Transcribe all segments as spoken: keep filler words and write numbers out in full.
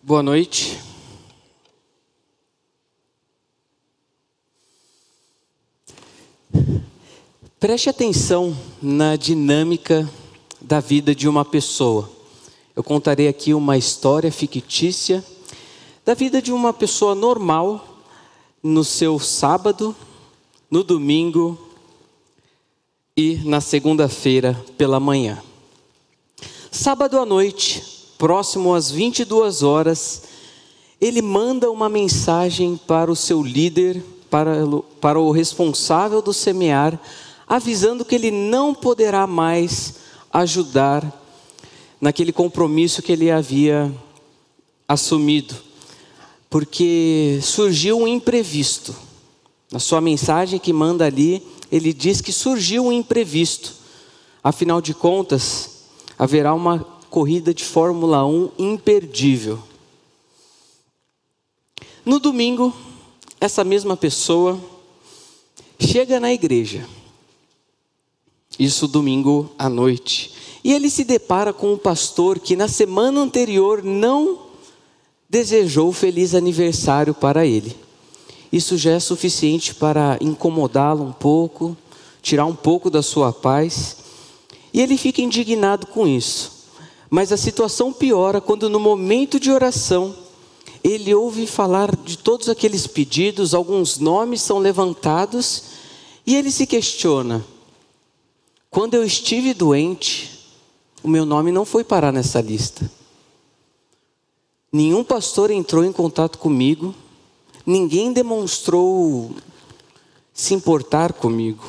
Boa noite. Preste atenção na dinâmica da vida de uma pessoa. Eu contarei aqui uma história fictícia da vida de uma pessoa normal no seu sábado, no domingo e na segunda-feira pela manhã. Sábado à noite, próximo às vinte e duas horas, ele manda uma mensagem para o seu líder, para, para o responsável do semear, avisando que ele não poderá mais ajudar naquele compromisso que ele havia assumido, porque surgiu um imprevisto. Na sua mensagem que manda ali, ele diz que surgiu um imprevisto. Afinal de contas, haverá uma corrida de Fórmula um imperdível. No domingo, essa mesma pessoa chega na igreja. Isso domingo à noite. E ele se depara com um pastor que na semana anterior não desejou feliz aniversário para ele. Isso já é suficiente para incomodá-lo um pouco, tirar um pouco da sua paz. E ele fica indignado com isso. Mas a situação piora quando no momento de oração, ele ouve falar de todos aqueles pedidos, alguns nomes são levantados, e ele se questiona: quando eu estive doente, o meu nome não foi parar nessa lista. Nenhum pastor entrou em contato comigo, ninguém demonstrou se importar comigo.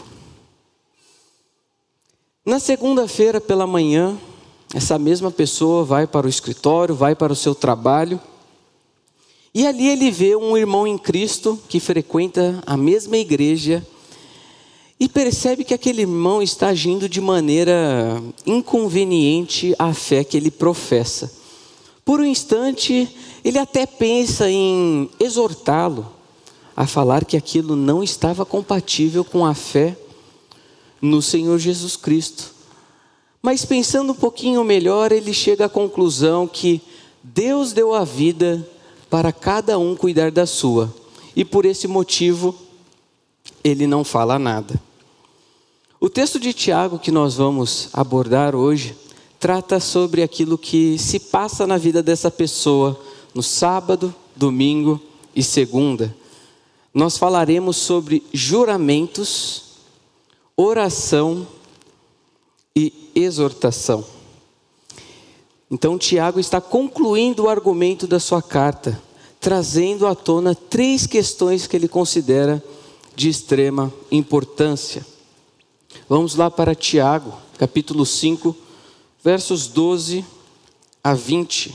Na segunda-feira pela manhã, essa mesma pessoa vai para o escritório, vai para o seu trabalho, e ali ele vê um irmão em Cristo que frequenta a mesma igreja, e percebe que aquele irmão está agindo de maneira inconveniente à fé que ele professa. Por um instante, ele até pensa em exortá-lo a falar que aquilo não estava compatível com a fé no Senhor Jesus Cristo. Mas pensando um pouquinho melhor, ele chega à conclusão que Deus deu a vida para cada um cuidar da sua. E por esse motivo, ele não fala nada. O texto de Tiago que nós vamos abordar hoje trata sobre aquilo que se passa na vida dessa pessoa no sábado, domingo e segunda. Nós falaremos sobre juramentos, oração e exortação. Então Tiago está concluindo o argumento da sua carta, trazendo à tona três questões que ele considera de extrema importância. Vamos lá para Tiago, capítulo cinco, versos doze a vinte.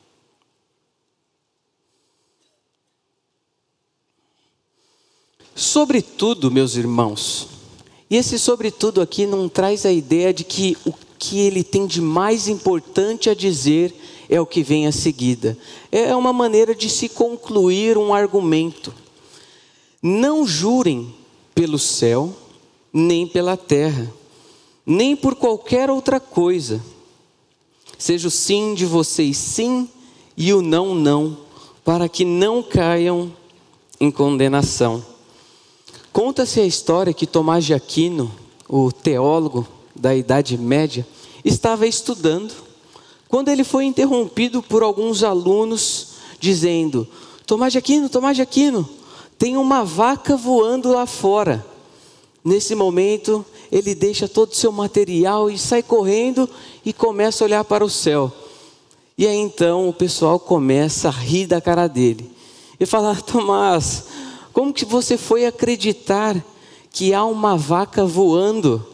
Sobretudo, meus irmãos, e esse sobretudo aqui não traz a ideia de que o que ele tem de mais importante a dizer é o que vem a seguida. É uma maneira de se concluir um argumento. Não jurem pelo céu, nem pela terra, nem por qualquer outra coisa. Seja o sim de vocês sim e o não não, para que não caiam em condenação. Conta-se a história que Tomás de Aquino, o teólogo da Idade Média, estava estudando, quando ele foi interrompido por alguns alunos, dizendo: Tomás de Aquino, Tomás de Aquino, tem uma vaca voando lá fora. Nesse momento, ele deixa todo o seu material e sai correndo e começa a olhar para o céu. E aí então o pessoal começa a rir da cara dele. E fala: Tomás, como que você foi acreditar que há uma vaca voando?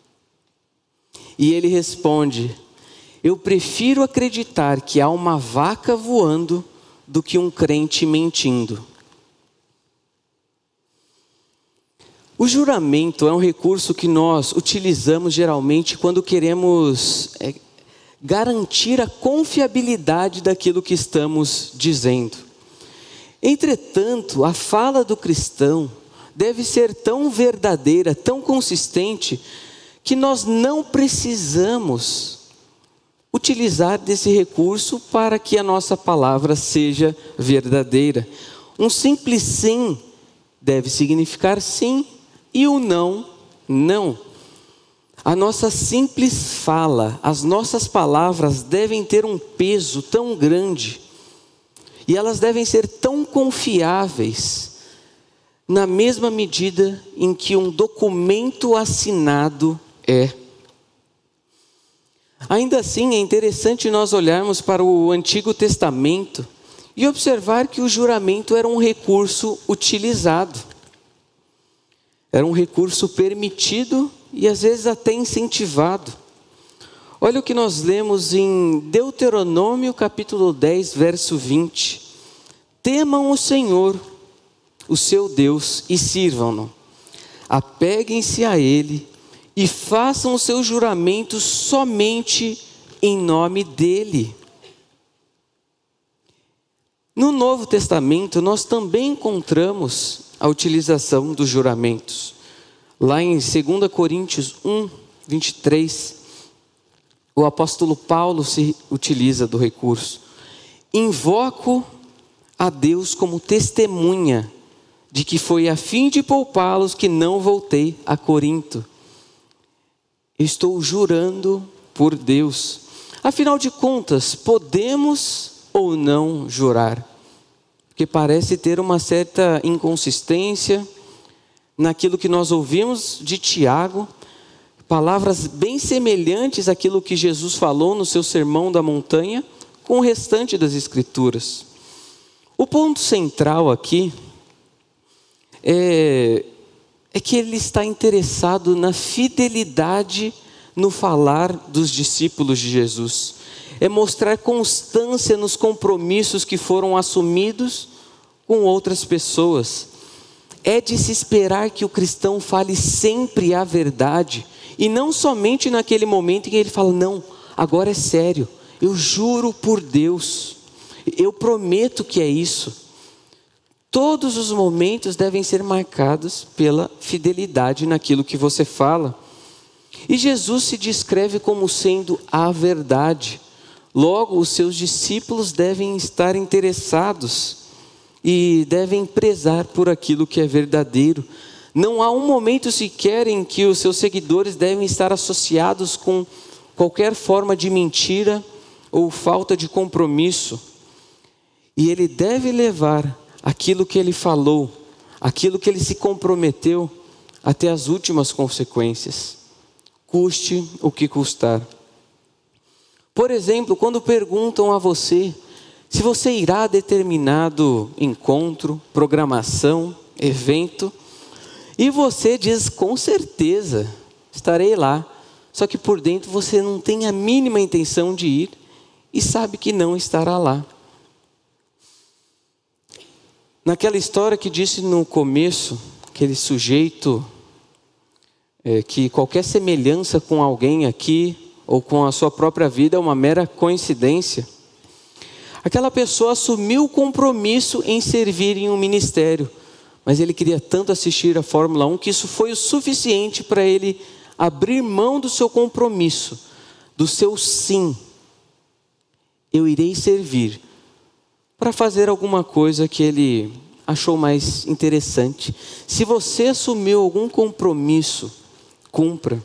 E ele responde: eu prefiro acreditar que há uma vaca voando do que um crente mentindo. O juramento é um recurso que nós utilizamos geralmente quando queremos é, garantir a confiabilidade daquilo que estamos dizendo. Entretanto, a fala do cristão deve ser tão verdadeira, tão consistente, que nós não precisamos utilizar desse recurso para que a nossa palavra seja verdadeira. Um simples sim deve significar sim e o não, não. A nossa simples fala, as nossas palavras devem ter um peso tão grande e elas devem ser tão confiáveis na mesma medida em que um documento assinado é. Ainda assim, é interessante nós olharmos para o Antigo Testamento e observar que o juramento era um recurso utilizado. Era um recurso permitido e às vezes até incentivado. Olha o que nós lemos em Deuteronômio capítulo dez, verso vinte. Temam o Senhor, o seu Deus, e sirvam-no. Apeguem-se a Ele e façam os seus juramentos somente em nome dEle. No Novo Testamento, nós também encontramos a utilização dos juramentos. Lá em dois Coríntios um, vinte e três, o apóstolo Paulo se utiliza do recurso. Invoco a Deus como testemunha de que foi a fim de poupá-los que não voltei a Corinto. Estou jurando por Deus. Afinal de contas, podemos ou não jurar? Porque parece ter uma certa inconsistência naquilo que nós ouvimos de Tiago, palavras bem semelhantes àquilo que Jesus falou no seu sermão da montanha, com o restante das Escrituras. O ponto central aqui é, é que ele está interessado na fidelidade no falar dos discípulos de Jesus. É mostrar constância nos compromissos que foram assumidos com outras pessoas. É de se esperar que o cristão fale sempre a verdade, e não somente naquele momento em que ele fala, não, agora é sério, eu juro por Deus, eu prometo que é isso. Todos os momentos devem ser marcados pela fidelidade naquilo que você fala. E Jesus se descreve como sendo a verdade. Logo, os seus discípulos devem estar interessados e devem prezar por aquilo que é verdadeiro. Não há um momento sequer em que os seus seguidores devem estar associados com qualquer forma de mentira ou falta de compromisso. E ele deve levar aquilo que ele falou, aquilo que ele se comprometeu, até as últimas consequências, custe o que custar. Por exemplo, quando perguntam a você se você irá a determinado encontro, programação, evento, e você diz, com certeza, estarei lá, só que por dentro você não tem a mínima intenção de ir e sabe que não estará lá. Naquela história que disse no começo, aquele sujeito, é, que qualquer semelhança com alguém aqui, ou com a sua própria vida, é uma mera coincidência. Aquela pessoa assumiu o compromisso em servir em um ministério, mas ele queria tanto assistir a Fórmula um, que isso foi o suficiente para ele abrir mão do seu compromisso, do seu sim. Eu irei servir, para fazer alguma coisa que ele achou mais interessante. Se você assumiu algum compromisso, cumpra.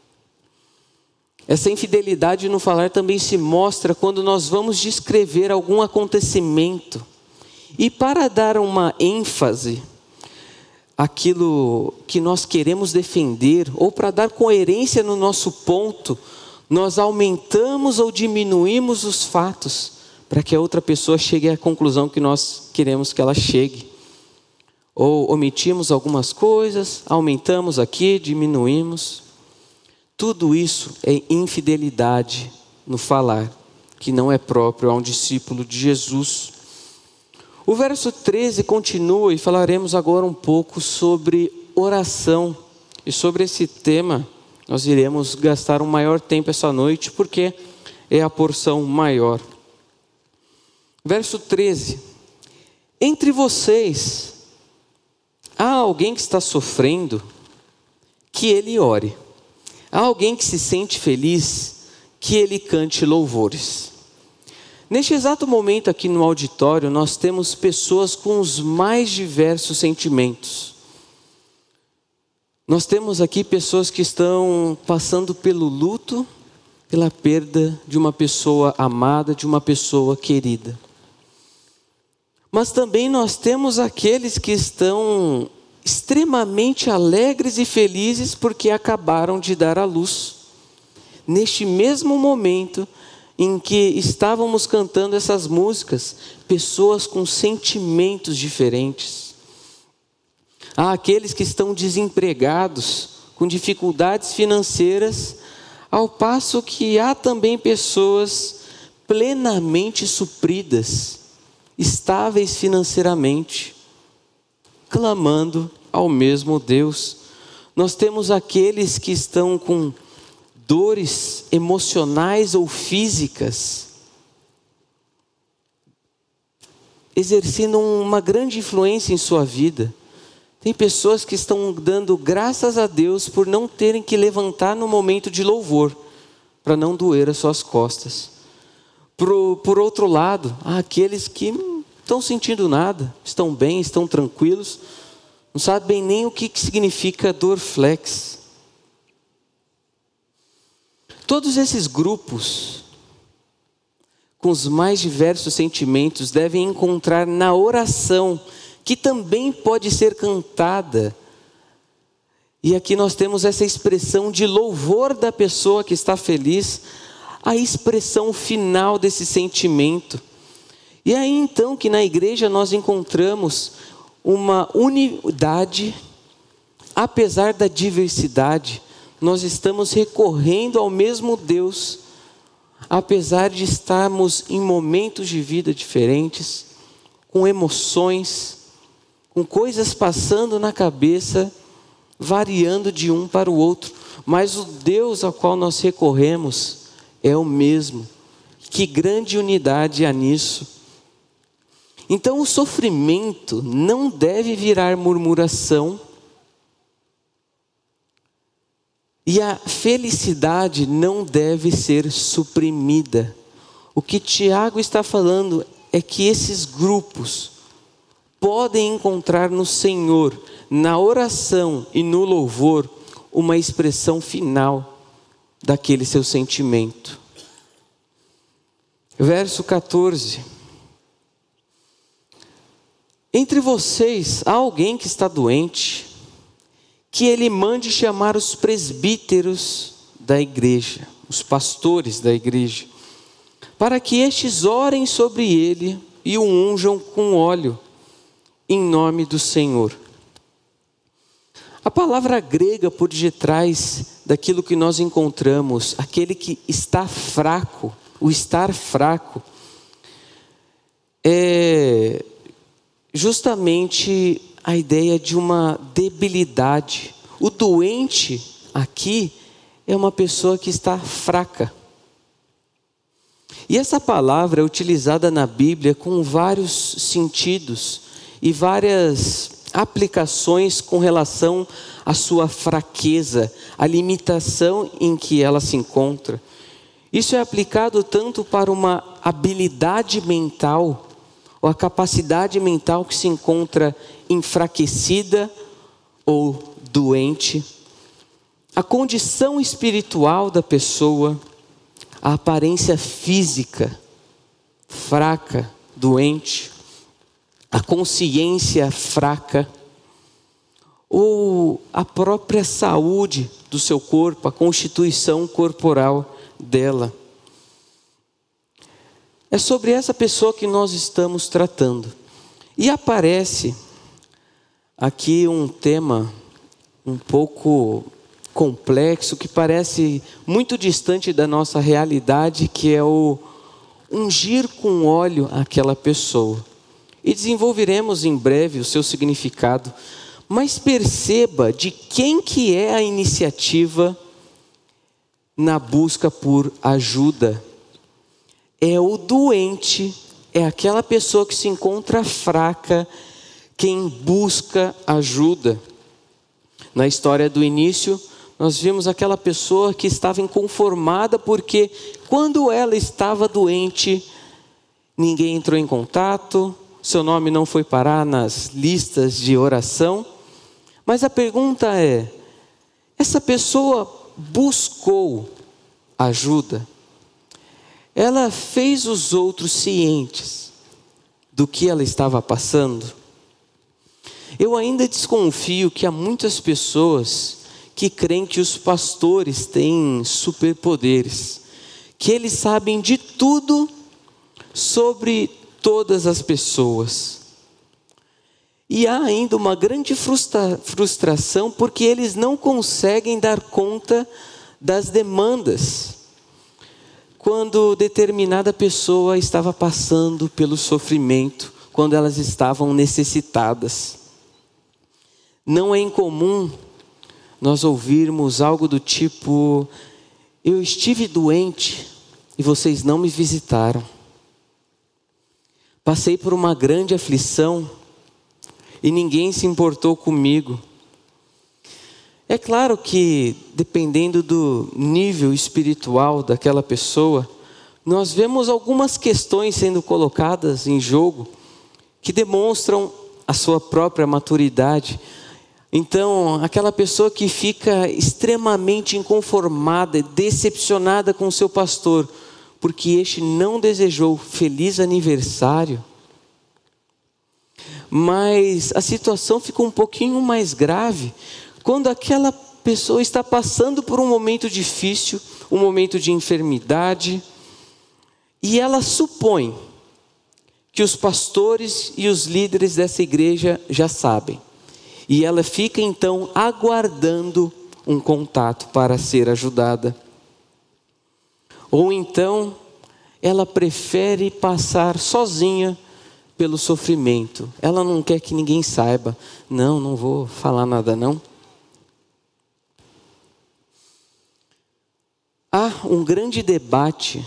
Essa infidelidade no falar também se mostra quando nós vamos descrever algum acontecimento. E para dar uma ênfase àquilo que nós queremos defender, ou para dar coerência no nosso ponto, nós aumentamos ou diminuímos os fatos, para que a outra pessoa chegue à conclusão que nós queremos que ela chegue. Ou omitimos algumas coisas, aumentamos aqui, diminuímos. Tudo isso é infidelidade no falar, que não é próprio a um discípulo de Jesus. O verso treze continua, e falaremos agora um pouco sobre oração. E sobre esse tema, nós iremos gastar um maior tempo essa noite, porque é a porção maior. Verso treze. Entre vocês, há alguém que está sofrendo, que ele ore. Há alguém que se sente feliz, que ele cante louvores. Neste exato momento aqui no auditório, nós temos pessoas com os mais diversos sentimentos. Nós temos aqui pessoas que estão passando pelo luto, pela perda de uma pessoa amada, de uma pessoa querida. Mas também nós temos aqueles que estão extremamente alegres e felizes porque acabaram de dar à luz. Neste mesmo momento em que estávamos cantando essas músicas, pessoas com sentimentos diferentes. Há aqueles que estão desempregados, com dificuldades financeiras, ao passo que há também pessoas plenamente supridas, estáveis financeiramente, clamando ao mesmo Deus. Nós temos aqueles que estão com dores emocionais ou físicas, exercendo uma grande influência em sua vida. Tem pessoas que estão dando graças a Deus por não terem que levantar no momento de louvor, para não doer as suas costas. Por, por outro lado, há aqueles que não estão sentindo nada, estão bem, estão tranquilos, não sabem nem o que, que significa Dorflex. Todos esses grupos, com os mais diversos sentimentos, devem encontrar na oração, que também pode ser cantada. E aqui nós temos essa expressão de louvor da pessoa que está feliz, a expressão final desse sentimento. E aí então que na igreja nós encontramos uma unidade, apesar da diversidade, nós estamos recorrendo ao mesmo Deus, apesar de estarmos em momentos de vida diferentes, com emoções, com coisas passando na cabeça, variando de um para o outro, mas o Deus ao qual nós recorremos é o mesmo. Que grande unidade há nisso. Então o sofrimento não deve virar murmuração, e a felicidade não deve ser suprimida. O que Tiago está falando é que esses grupos podem encontrar no Senhor, na oração e no louvor, uma expressão final daquele seu sentimento. Verso quatorze. Entre vocês há alguém que está doente, que ele mande chamar os presbíteros da igreja, os pastores da igreja, para que estes orem sobre ele e o unjam com óleo, em nome do Senhor. A palavra grega por detrás daquilo que nós encontramos, aquele que está fraco, o estar fraco, é justamente a ideia de uma debilidade. O doente aqui é uma pessoa que está fraca. E essa palavra é utilizada na Bíblia com vários sentidos e várias aplicações com relação à sua fraqueza, à limitação em que ela se encontra. Isso é aplicado tanto para uma habilidade mental, ou a capacidade mental que se encontra enfraquecida ou doente, a condição espiritual da pessoa, a aparência física fraca, doente, a consciência fraca, ou a própria saúde do seu corpo, a constituição corporal dela. É sobre essa pessoa que nós estamos tratando. E aparece aqui um tema um pouco complexo, que parece muito distante da nossa realidade, que é o ungir com óleo aquela pessoa. E desenvolveremos em breve o seu significado. Mas perceba de quem que é a iniciativa na busca por ajuda. É o doente, é aquela pessoa que se encontra fraca, quem busca ajuda. Na história do início, nós vimos aquela pessoa que estava inconformada porque quando ela estava doente, ninguém entrou em contato, seu nome não foi parar nas listas de oração. Mas a pergunta é, essa pessoa buscou ajuda? Ela fez os outros cientes do que ela estava passando? Eu ainda desconfio que há muitas pessoas que creem que os pastores têm superpoderes, que eles sabem de tudo sobre todas as pessoas. E há ainda uma grande frustra- frustração porque eles não conseguem dar conta das demandas quando determinada pessoa estava passando pelo sofrimento, quando elas estavam necessitadas. Não é incomum nós ouvirmos algo do tipo: eu estive doente e vocês não me visitaram. Passei por uma grande aflição e ninguém se importou comigo. É claro que, dependendo do nível espiritual daquela pessoa, nós vemos algumas questões sendo colocadas em jogo que demonstram a sua própria maturidade. Então, aquela pessoa que fica extremamente inconformada, decepcionada com o seu pastor, porque este não desejou feliz aniversário. Mas a situação fica um pouquinho mais grave quando aquela pessoa está passando por um momento difícil, um momento de enfermidade, e ela supõe que os pastores e os líderes dessa igreja já sabem. E ela fica então aguardando um contato para ser ajudada. Ou então, ela prefere passar sozinha pelo sofrimento. Ela não quer que ninguém saiba. Não, não vou falar nada não. Há um grande debate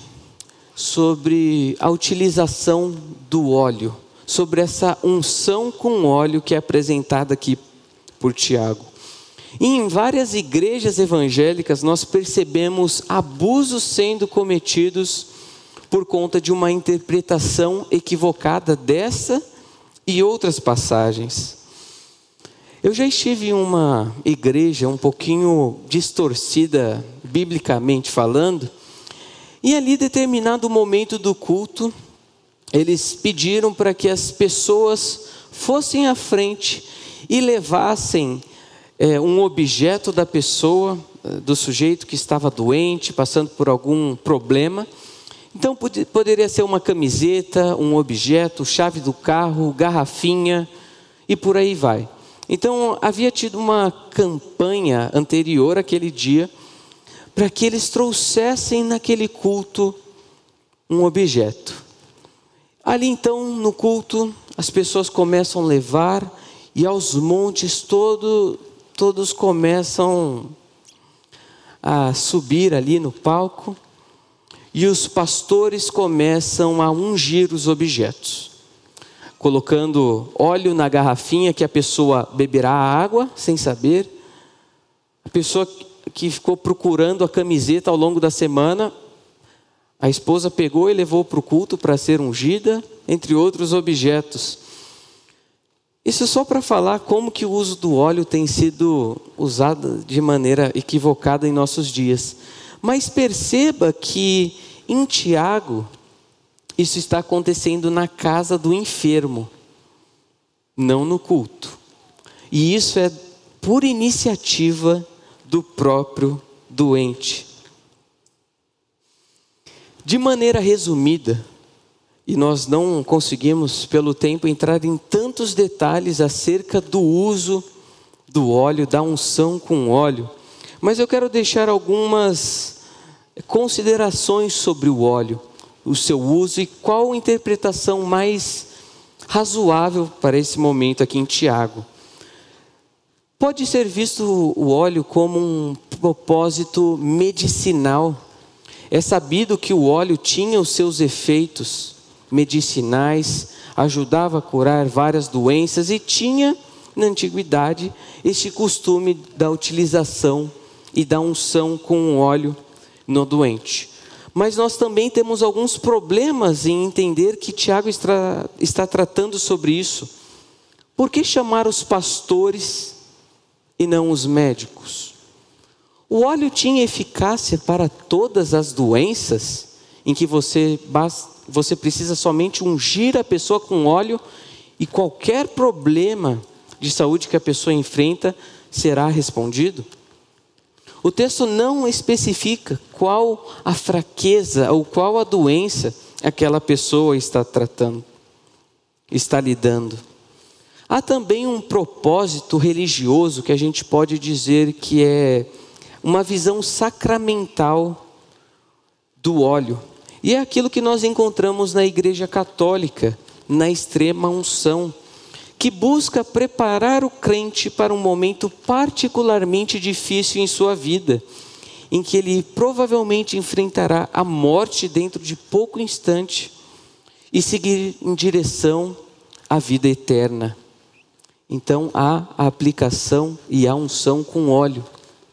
sobre a utilização do óleo, sobre essa unção com óleo que é apresentada aqui por Tiago. E em várias igrejas evangélicas nós percebemos abusos sendo cometidos por conta de uma interpretação equivocada dessa e outras passagens. Eu já estive em uma igreja um pouquinho distorcida, biblicamente falando, e ali, determinado momento do culto, eles pediram para que as pessoas fossem à frente e levassem é, um objeto da pessoa, do sujeito que estava doente, passando por algum problema. Então pod- poderia ser uma camiseta, um objeto, chave do carro, garrafinha e por aí vai. Então havia tido uma campanha anterior àquele dia para que eles trouxessem naquele culto um objeto. Ali então no culto as pessoas começam a levar e aos montes todo, todos começam a subir ali no palco e os pastores começam a ungir os objetos, colocando óleo na garrafinha que a pessoa beberá a água sem saber. A pessoa que ficou procurando a camiseta ao longo da semana, a esposa pegou e levou para o culto para ser ungida, entre outros objetos. Isso só para falar como que o uso do óleo tem sido usado de maneira equivocada em nossos dias. Mas perceba que em Tiago, isso está acontecendo na casa do enfermo, não no culto. E isso é por iniciativa do próprio doente. De maneira resumida, e nós não conseguimos pelo tempo entrar em tantos detalhes acerca do uso do óleo, da unção com óleo, mas eu quero deixar algumas considerações sobre o óleo, o seu uso e qual a interpretação mais razoável para esse momento aqui em Tiago. Pode ser visto o óleo como um propósito medicinal. É sabido que o óleo tinha os seus efeitos medicinais, ajudava a curar várias doenças e tinha, na antiguidade, este costume da utilização e da unção com óleo no doente. Mas nós também temos alguns problemas em entender que Tiago está, está tratando sobre isso. Por que chamar os pastores e não os médicos? O óleo tinha eficácia para todas as doenças em que você, você precisa somente ungir a pessoa com óleo e qualquer problema de saúde que a pessoa enfrenta será respondido? O texto não especifica qual a fraqueza ou qual a doença aquela pessoa está tratando, está lidando. Há também um propósito religioso que a gente pode dizer que é uma visão sacramental do óleo. E é aquilo que nós encontramos na Igreja Católica, na extrema unção, que busca preparar o crente para um momento particularmente difícil em sua vida, em que ele provavelmente enfrentará a morte dentro de pouco instante e seguir em direção à vida eterna. Então há a aplicação e a unção com óleo.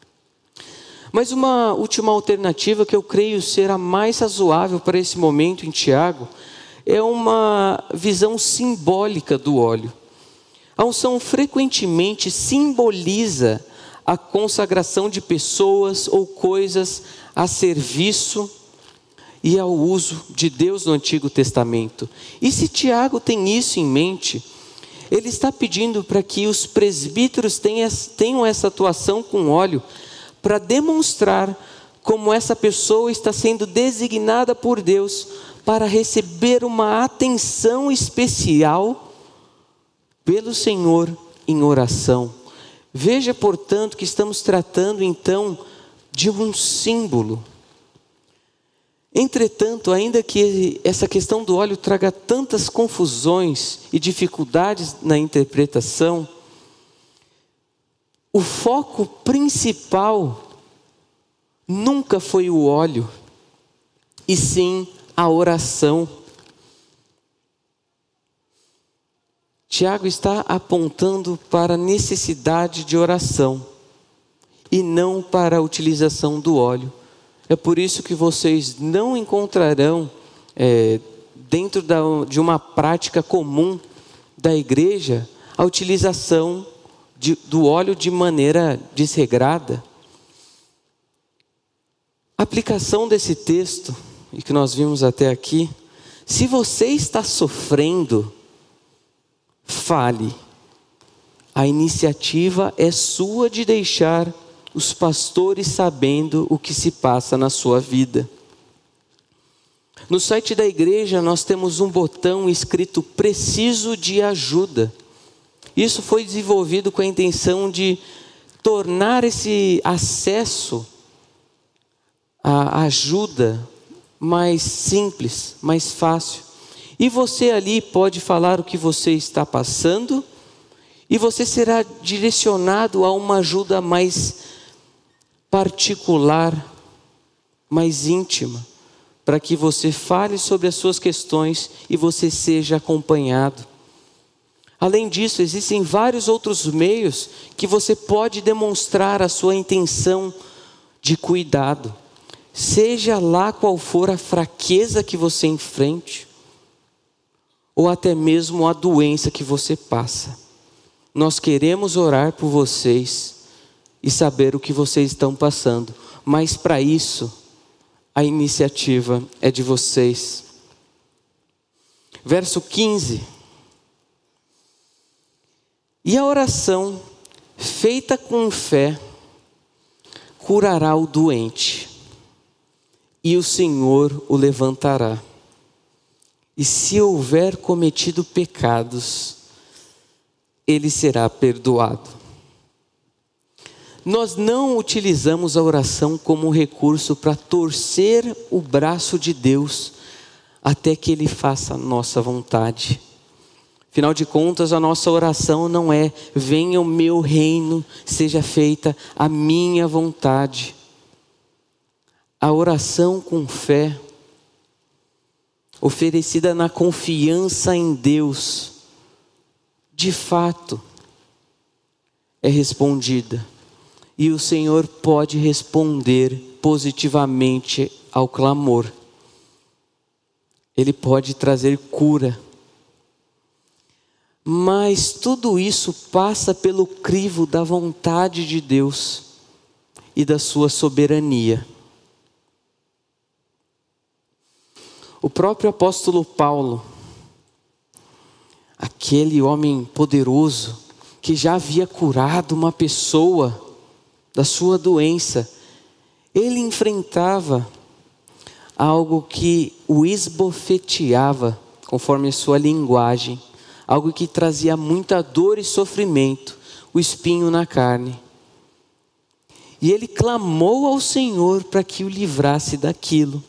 Mas uma última alternativa que eu creio ser a mais razoável para esse momento em Tiago é uma visão simbólica do óleo. A unção frequentemente simboliza a consagração de pessoas ou coisas a serviço e ao uso de Deus no Antigo Testamento. E se Tiago tem isso em mente, ele está pedindo para que os presbíteros tenham essa atuação com óleo para demonstrar como essa pessoa está sendo designada por Deus para receber uma atenção especial pelo Senhor em oração. Veja, portanto, que estamos tratando então de um símbolo. Entretanto, ainda que essa questão do óleo traga tantas confusões e dificuldades na interpretação, o foco principal nunca foi o óleo, e sim a oração. Tiago está apontando para a necessidade de oração e não para a utilização do óleo. É por isso que vocês não encontrarão é, dentro da, de uma prática comum da igreja a utilização de, do óleo de maneira desregrada. A aplicação desse texto, e que nós vimos até aqui, se você está sofrendo, fale. A iniciativa é sua de deixar os pastores sabendo o que se passa na sua vida. No site da igreja nós temos um botão escrito "Preciso de ajuda". Isso foi desenvolvido com a intenção de tornar esse acesso à ajuda mais simples, mais fácil. E você ali pode falar o que você está passando e você será direcionado a uma ajuda mais particular, mais íntima, para que você fale sobre as suas questões e você seja acompanhado. Além disso, existem vários outros meios que você pode demonstrar a sua intenção de cuidado, seja lá qual for a fraqueza que você enfrente, ou até mesmo a doença que você passa. Nós queremos orar por vocês e saber o que vocês estão passando, mas para isso a iniciativa é de vocês. Verso quinze. E a oração feita com fé curará o doente, e o Senhor o levantará. E se houver cometido pecados, ele será perdoado. Nós não utilizamos a oração como recurso para torcer o braço de Deus até que Ele faça a nossa vontade. Afinal de contas, a nossa oração não é "venha o meu reino, seja feita a minha vontade". A oração com fé, oferecida na confiança em Deus, de fato é respondida. e o Senhor pode responder positivamente ao clamor. Ele pode trazer cura. Mas tudo isso passa pelo crivo da vontade de Deus e da sua soberania. O próprio apóstolo Paulo, aquele homem poderoso que já havia curado uma pessoa da sua doença, ele enfrentava algo que o esbofeteava, conforme a sua linguagem, algo que trazia muita dor e sofrimento, o espinho na carne. E ele clamou ao Senhor para que o livrasse daquilo.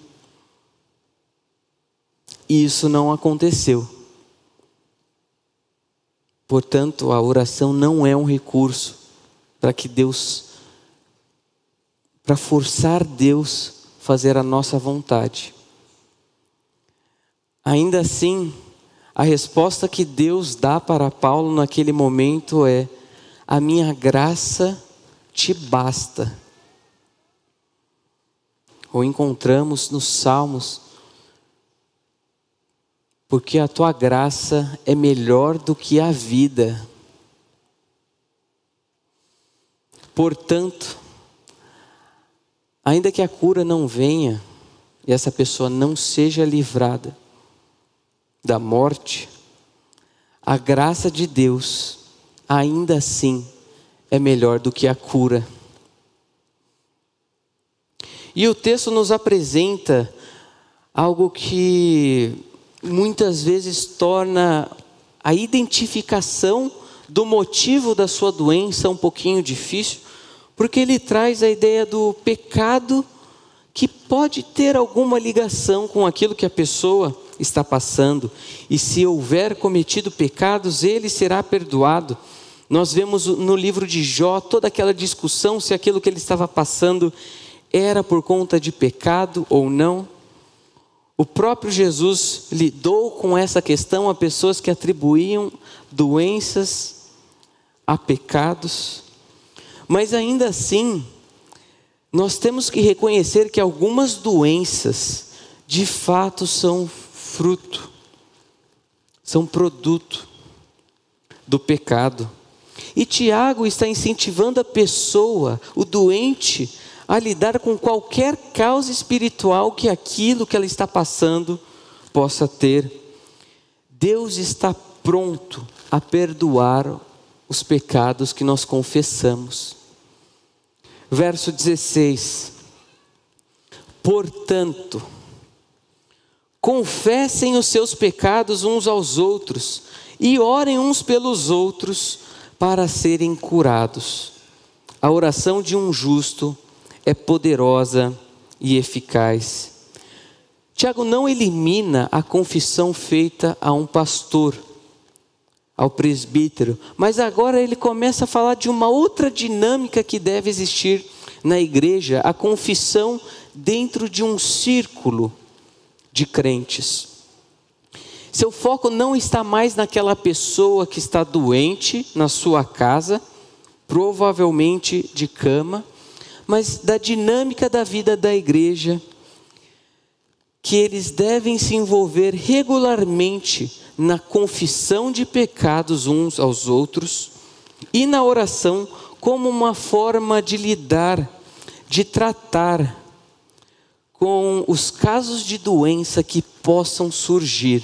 E isso não aconteceu. Portanto, a oração não é um recurso para que Deus, para forçar Deus a fazer a nossa vontade. Ainda assim, a resposta que Deus dá para Paulo naquele momento é: a minha graça te basta. Ou encontramos nos Salmos: porque a tua graça é melhor do que a vida. Portanto, ainda que a cura não venha e essa pessoa não seja livrada da morte, a graça de Deus ainda assim é melhor do que a cura. E o texto nos apresenta algo que muitas vezes torna a identificação do motivo da sua doença um pouquinho difícil, porque ele traz a ideia do pecado que pode ter alguma ligação com aquilo que a pessoa está passando, e se houver cometido pecados, ele será perdoado. Nós vemos no livro de Jó toda aquela discussão se aquilo que ele estava passando era por conta de pecado ou não. O próprio Jesus lidou com essa questão a pessoas que atribuíam doenças a pecados, mas ainda assim, nós temos que reconhecer que algumas doenças de fato são fruto, são produto do pecado. E Tiago está incentivando a pessoa, o doente, a lidar com qualquer causa espiritual que aquilo que ela está passando possa ter. Deus está pronto a perdoar os pecados que nós confessamos. Verso dezesseis. Portanto, confessem os seus pecados uns aos outros e orem uns pelos outros para serem curados. A oração de um justo é poderosa e eficaz. Tiago não elimina a confissão feita a um pastor, ao presbítero, mas agora ele começa a falar de uma outra dinâmica que deve existir na igreja, a confissão dentro de um círculo de crentes. Seu foco não está mais naquela pessoa que está doente na sua casa, provavelmente de cama, mas da dinâmica da vida da igreja, que eles devem se envolver regularmente na confissão de pecados uns aos outros e na oração como uma forma de lidar, de tratar com os casos de doença que possam surgir.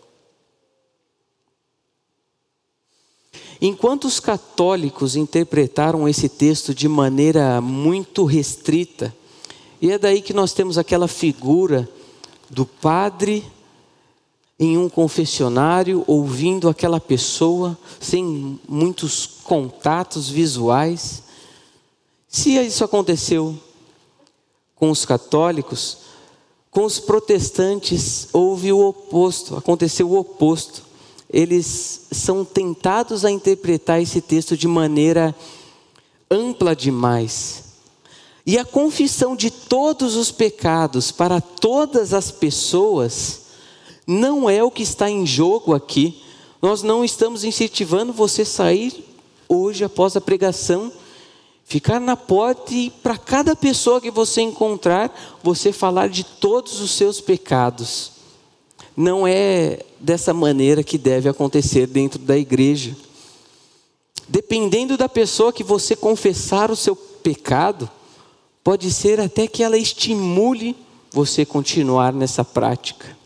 Enquanto os católicos interpretaram esse texto de maneira muito restrita, e é daí que nós temos aquela figura do padre em um confessionário, ouvindo aquela pessoa, sem muitos contatos visuais. Se isso aconteceu com os católicos, com os protestantes houve o oposto, aconteceu o oposto. Eles são tentados a interpretar esse texto de maneira ampla demais. E a confissão de todos os pecados para todas as pessoas não é o que está em jogo aqui. Nós não estamos incentivando você a sair hoje após a pregação Ficar na porta e para cada pessoa que você encontrar, você falar de todos os seus pecados. Não é dessa maneira que deve acontecer dentro da igreja. Dependendo da pessoa que você confessar o seu pecado, pode ser até que ela estimule você continuar nessa prática.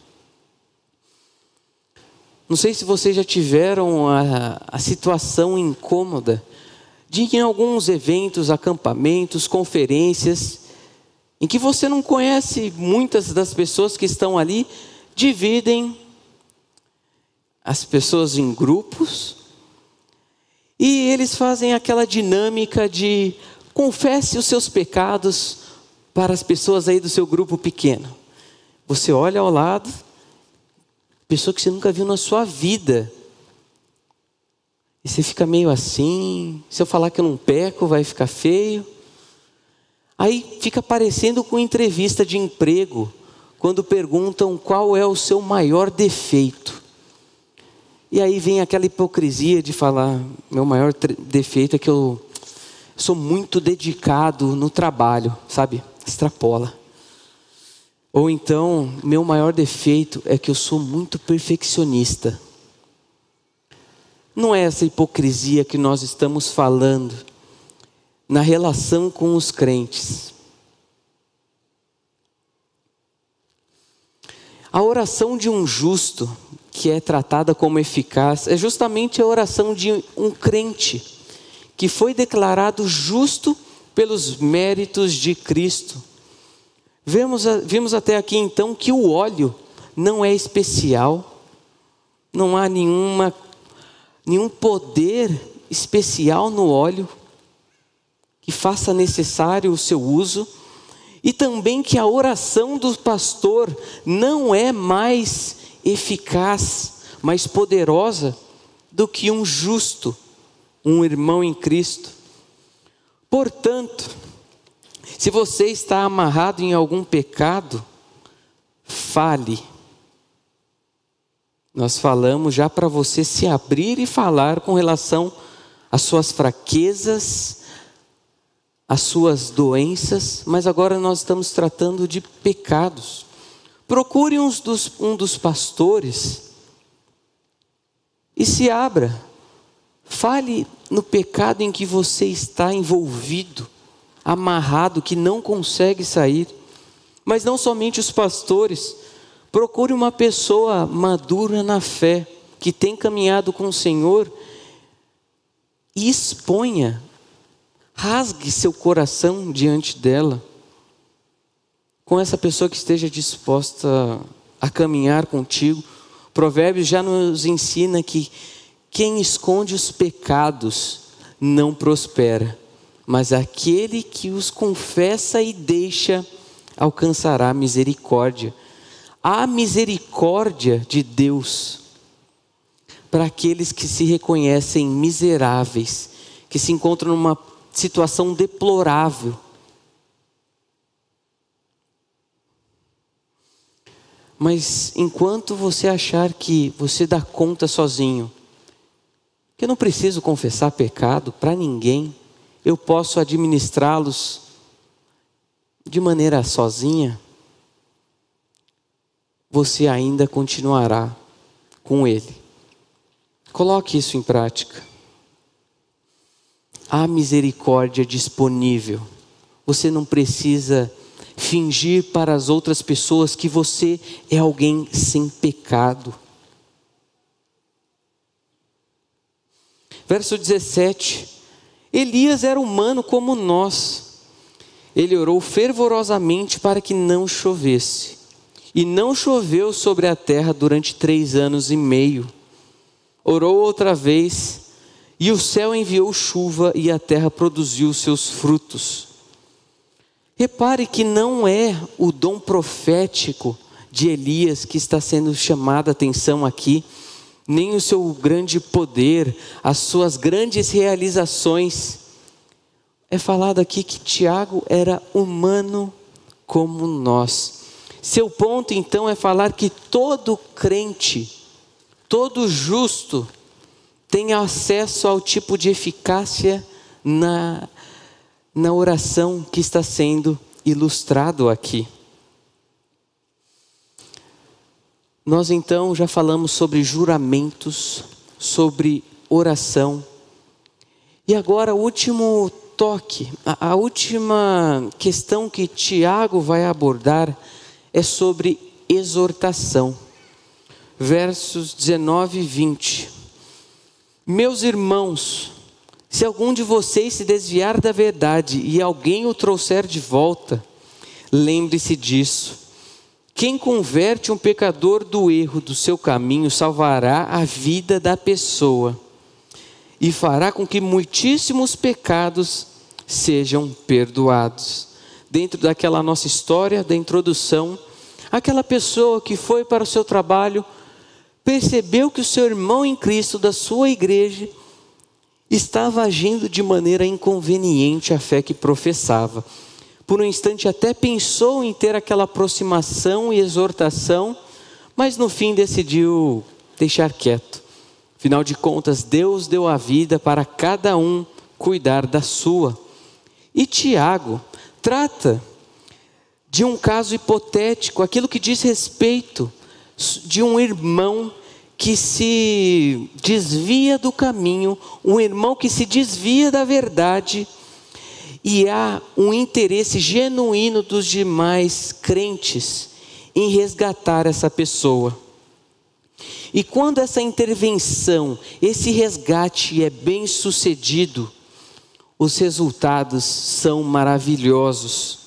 Não sei se vocês já tiveram a, a situação incômoda de em alguns eventos, acampamentos, conferências, em que você não conhece muitas das pessoas que estão ali, dividem as pessoas em grupos, e eles fazem aquela dinâmica de confesse os seus pecados para as pessoas aí do seu grupo pequeno. Você olha ao lado, pessoa que você nunca viu na sua vida, e você fica meio assim, se eu falar que eu não peco, vai ficar feio. Aí fica parecendo com entrevista de emprego, quando perguntam qual é o seu maior defeito. E aí vem aquela hipocrisia de falar, meu maior defeito é que eu sou muito dedicado no trabalho, sabe? Extrapola. Ou então, meu maior defeito é que eu sou muito perfeccionista. Não é essa hipocrisia que nós estamos falando na relação com os crentes. A oração de um justo, que é tratada como eficaz, é justamente a oração de um crente, que foi declarado justo pelos méritos de Cristo. Vemos, vimos até aqui então que o óleo não é especial, não há nenhuma, nenhum poder especial no óleo que faça necessário o seu uso, e também que a oração do pastor não é mais eficaz, mais poderosa do que um justo, um irmão em Cristo. Portanto, se você está amarrado em algum pecado, fale. Nós falamos já para você se abrir e falar com relação às suas fraquezas, às suas doenças, mas agora nós estamos tratando de pecados. Procure um dos, um dos pastores e se abra. Fale no pecado em que você está envolvido, amarrado, que não consegue sair. Mas não somente os pastores. Procure uma pessoa madura na fé, que tem caminhado com o Senhor, e exponha, rasgue seu coração diante dela, com essa pessoa que esteja disposta a caminhar contigo. Provérbios já nos ensina que quem esconde os pecados não prospera, mas aquele que os confessa e deixa alcançará misericórdia. Há misericórdia de Deus para aqueles que se reconhecem miseráveis, que se encontram numa situação deplorável. Mas enquanto você achar que você dá conta sozinho, que eu não preciso confessar pecado para ninguém, eu posso administrá-los de maneira sozinha, você ainda continuará com ele. Coloque isso em prática. Há misericórdia disponível. Você não precisa fingir para as outras pessoas que você é alguém sem pecado. Verso dezessete. Elias era humano como nós. Ele orou fervorosamente para que não chovesse. E não choveu sobre a terra durante três anos e meio. Orou outra vez, e o céu enviou chuva, e a terra produziu seus frutos. Repare que não é o dom profético de Elias que está sendo chamada a atenção aqui, nem o seu grande poder, as suas grandes realizações. É falado aqui que Tiago era humano como nós. Seu ponto então é falar que todo crente, todo justo, tem acesso ao tipo de eficácia na, na oração que está sendo ilustrado aqui. Nós então já falamos sobre juramentos, sobre oração. E agora o último toque, a, a última questão que Tiago vai abordar é sobre exortação. Versos dezenove e vinte. Meus irmãos, se algum de vocês se desviar da verdade e alguém o trouxer de volta, lembre-se disso. Quem converte um pecador do erro do seu caminho salvará a vida da pessoa e fará com que muitíssimos pecados sejam perdoados. Dentro daquela nossa história, da introdução, aquela pessoa que foi para o seu trabalho, percebeu que o seu irmão em Cristo da sua igreja estava agindo de maneira inconveniente à fé que professava. Por um instante até pensou em ter aquela aproximação e exortação, mas no fim decidiu deixar quieto. Afinal de contas, Deus deu a vida para cada um cuidar da sua. E Tiago trata de um caso hipotético, aquilo que diz respeito de um irmão que se desvia do caminho, um irmão que se desvia da verdade, e há um interesse genuíno dos demais crentes em resgatar essa pessoa. E quando essa intervenção, esse resgate é bem sucedido, os resultados são maravilhosos.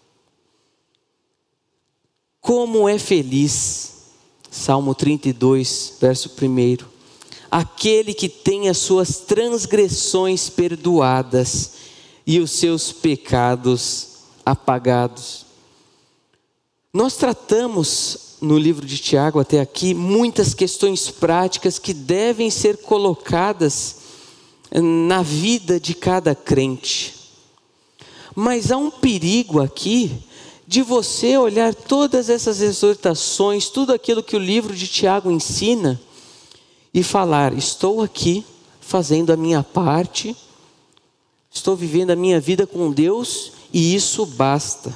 Como é feliz, Salmo trinta e dois, verso primeiro, aquele que tem as suas transgressões perdoadas e os seus pecados apagados. Nós tratamos no livro de Tiago até aqui muitas questões práticas que devem ser colocadas na vida de cada crente. Mas há um perigo aqui de você olhar todas essas exortações, tudo aquilo que o livro de Tiago ensina e falar: estou aqui fazendo a minha parte, estou vivendo a minha vida com Deus e isso basta.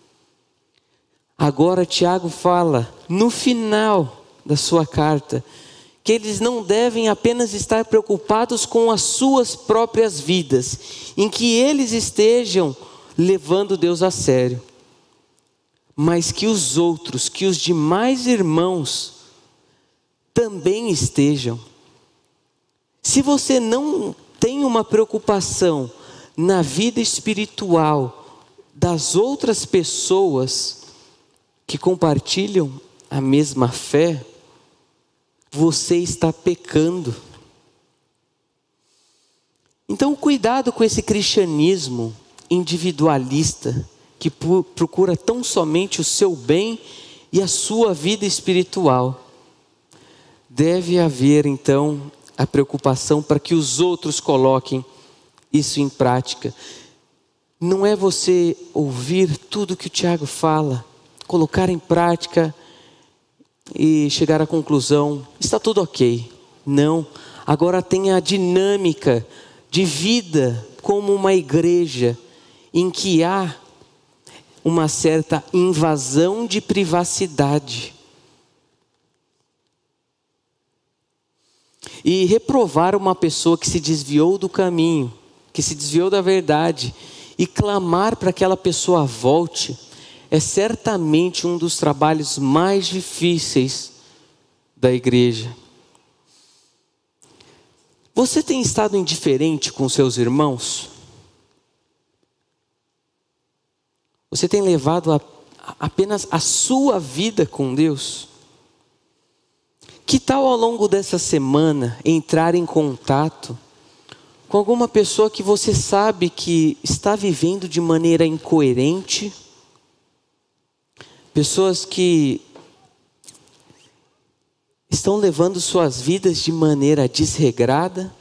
Agora Tiago fala, no final da sua carta, que eles não devem apenas estar preocupados com as suas próprias vidas, em que eles estejam levando Deus a sério, mas que os outros, que os demais irmãos também estejam. Se você não tem uma preocupação na vida espiritual das outras pessoas que compartilham a mesma fé, você está pecando. Então, cuidado com esse cristianismo individualista que procura tão somente o seu bem e a sua vida espiritual. Deve haver então a preocupação para que os outros coloquem isso em prática. Não é você ouvir tudo que o Tiago fala, colocar em prática e chegar à conclusão, está tudo ok. Não, agora tem a dinâmica de vida como uma igreja, em que há uma certa invasão de privacidade. E reprovar uma pessoa que se desviou do caminho, que se desviou da verdade, e clamar para que aquela pessoa volte, é certamente um dos trabalhos mais difíceis da igreja. Você tem estado indiferente com seus irmãos? Você tem levado a, a, apenas a sua vida com Deus? Que tal ao longo dessa semana entrar em contato com alguma pessoa que você sabe que está vivendo de maneira incoerente? Pessoas que estão levando suas vidas de maneira desregrada?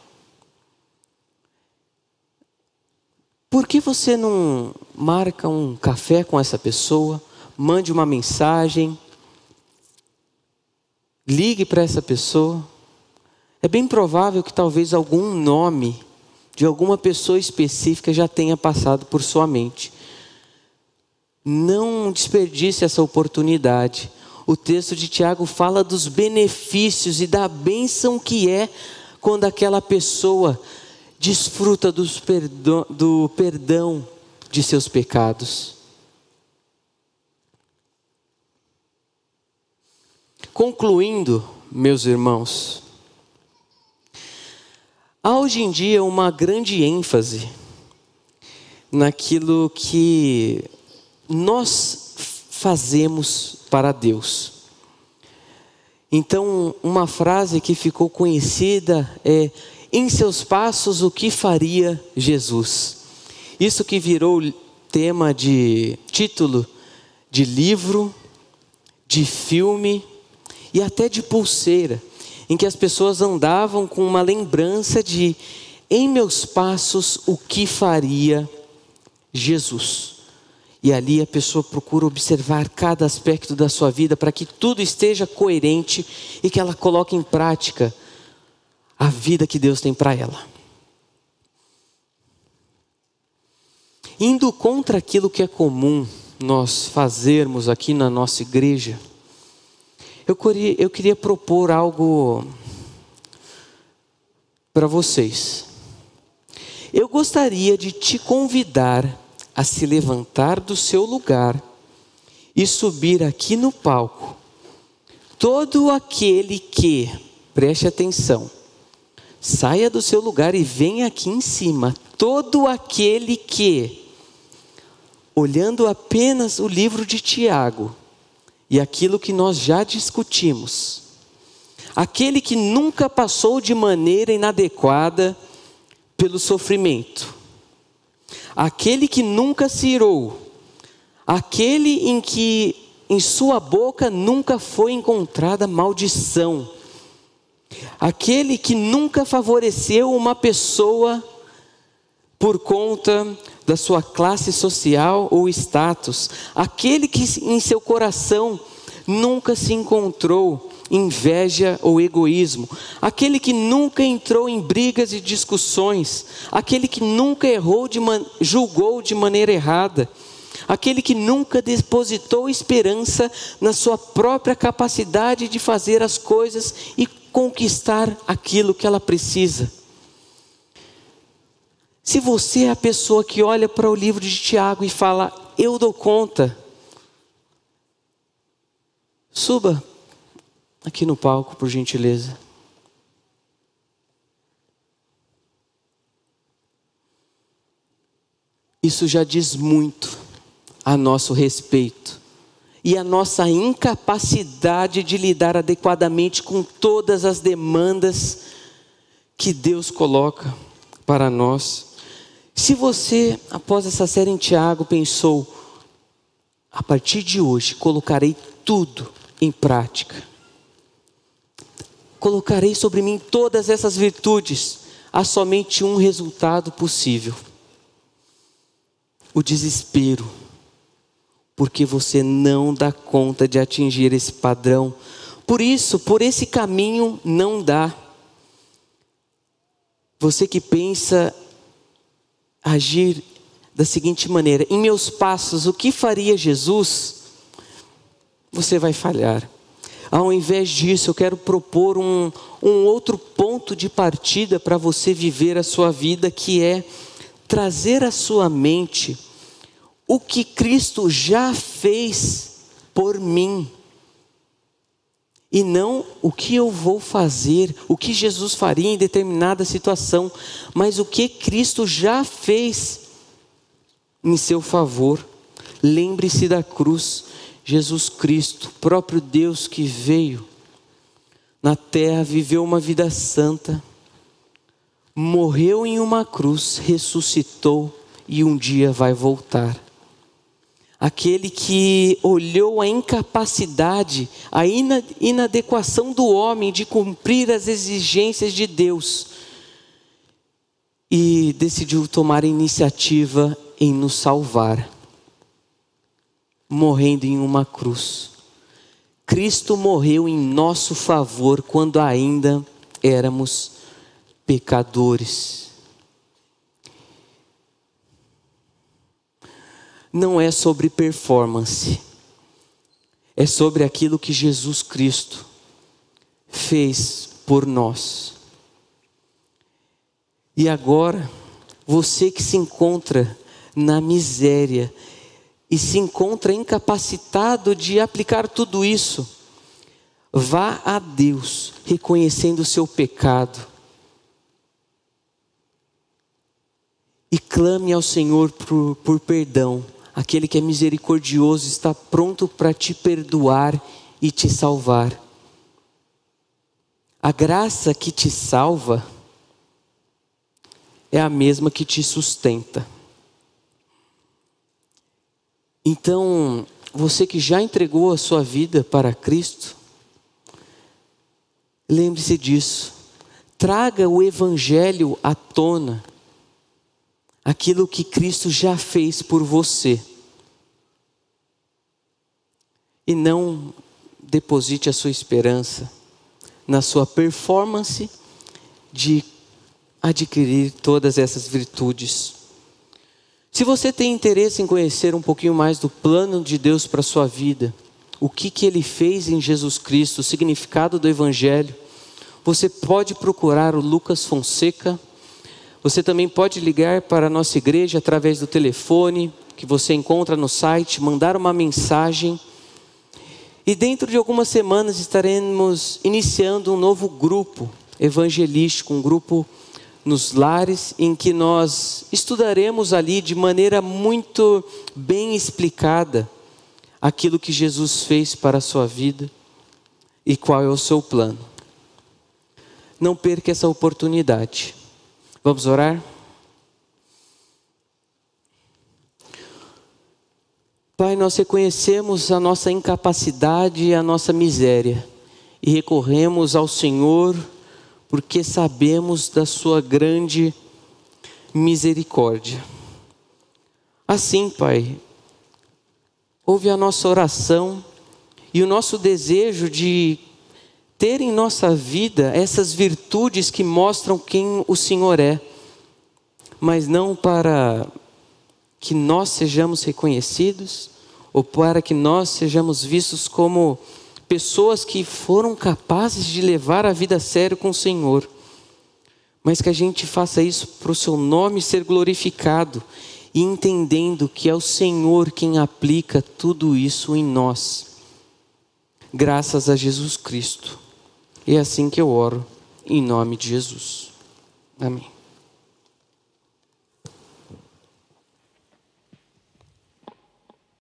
Por que você não marca um café com essa pessoa, mande uma mensagem, ligue para essa pessoa? É bem provável que talvez algum nome de alguma pessoa específica já tenha passado por sua mente. Não desperdice essa oportunidade. O texto de Tiago fala dos benefícios e da bênção que é quando aquela pessoa desfruta dos perdão, do perdão de seus pecados. Concluindo, meus irmãos, há hoje em dia uma grande ênfase naquilo que nós fazemos para Deus. Então, uma frase que ficou conhecida é: em seus passos, o que faria Jesus? Isso que virou tema de título de livro, de filme e até de pulseira, em que as pessoas andavam com uma lembrança de: em meus passos, o que faria Jesus? E ali a pessoa procura observar cada aspecto da sua vida para que tudo esteja coerente e que ela coloque em prática a vida que Deus tem para ela. Indo contra aquilo que é comum nós fazermos aqui na nossa igreja, eu queria, eu queria propor algo para vocês. Eu gostaria de te convidar a se levantar do seu lugar e subir aqui no palco. Todo aquele que, preste atenção, saia do seu lugar e venha aqui em cima. Todo aquele que, olhando apenas o livro de Tiago e aquilo que nós já discutimos, aquele que nunca passou de maneira inadequada pelo sofrimento, aquele que nunca se irou, aquele em que em sua boca nunca foi encontrada maldição, aquele que nunca favoreceu uma pessoa por conta da sua classe social ou status, aquele que em seu coração nunca se encontrou inveja ou egoísmo, aquele que nunca entrou em brigas e discussões, aquele que nunca errou de man... julgou de maneira errada, aquele que nunca depositou esperança na sua própria capacidade de fazer as coisas e conquistar aquilo que ela precisa. Se você é a pessoa que olha para o livro de Tiago e fala: eu dou conta, suba aqui no palco, por gentileza. Isso já diz muito a nosso respeito e a nossa incapacidade de lidar adequadamente com todas as demandas que Deus coloca para nós. Se você, após essa série em Tiago, pensou: a partir de hoje colocarei tudo em prática, colocarei sobre mim todas essas virtudes, há somente um resultado possível: o desespero, porque você não dá conta de atingir esse padrão. Por isso, por esse caminho não dá. Você que pensa agir da seguinte maneira: em meus passos, o que faria Jesus? Você vai falhar. Ao invés disso, eu quero propor um, um outro ponto de partida para você viver a sua vida, que é trazer à sua mente o que Cristo já fez por mim. E não o que eu vou fazer, o que Jesus faria em determinada situação, mas o que Cristo já fez em seu favor. Lembre-se da cruz. Jesus Cristo, próprio Deus que veio na terra, viveu uma vida santa, morreu em uma cruz, ressuscitou e um dia vai voltar. Aquele que olhou a incapacidade, a inadequação do homem de cumprir as exigências de Deus e decidiu tomar a iniciativa em nos salvar, morrendo em uma cruz. Cristo morreu em nosso favor quando ainda éramos pecadores. não é sobre performance, é sobre aquilo que Jesus Cristo fez por nós. E agora, você que se encontra na miséria e se encontra incapacitado de aplicar tudo isso, vá a Deus reconhecendo o seu pecado e clame ao Senhor por, por perdão. Aquele que é misericordioso está pronto para te perdoar e te salvar. A graça que te salva é a mesma que te sustenta. Então, você que já entregou a sua vida para Cristo, lembre-se disso. Traga o Evangelho à tona. Aquilo que Cristo já fez por você. E não deposite a sua esperança na sua performance de adquirir todas essas virtudes. Se você tem interesse em conhecer um pouquinho mais do plano de Deus para a sua vida, o que, que Ele fez em Jesus Cristo, o significado do Evangelho, você pode procurar o Lucas Fonseca. Você também pode ligar para a nossa igreja através do telefone que você encontra no site, mandar uma mensagem. E dentro de algumas semanas estaremos iniciando um novo grupo evangelístico, um grupo nos lares, em que nós estudaremos ali de maneira muito bem explicada aquilo que Jesus fez para a sua vida e qual é o seu plano. Não perca essa oportunidade. Vamos orar? Pai, nós reconhecemos a nossa incapacidade e a nossa miséria e recorremos ao Senhor porque sabemos da sua grande misericórdia. Assim, Pai, ouve a nossa oração e o nosso desejo de ter em nossa vida essas virtudes que mostram quem o Senhor é, mas não para que nós sejamos reconhecidos ou para que nós sejamos vistos como pessoas que foram capazes de levar a vida a sério com o Senhor, mas que a gente faça isso para o seu nome ser glorificado e entendendo que é o Senhor quem aplica tudo isso em nós, graças a Jesus Cristo. É assim que eu oro, em nome de Jesus. Amém.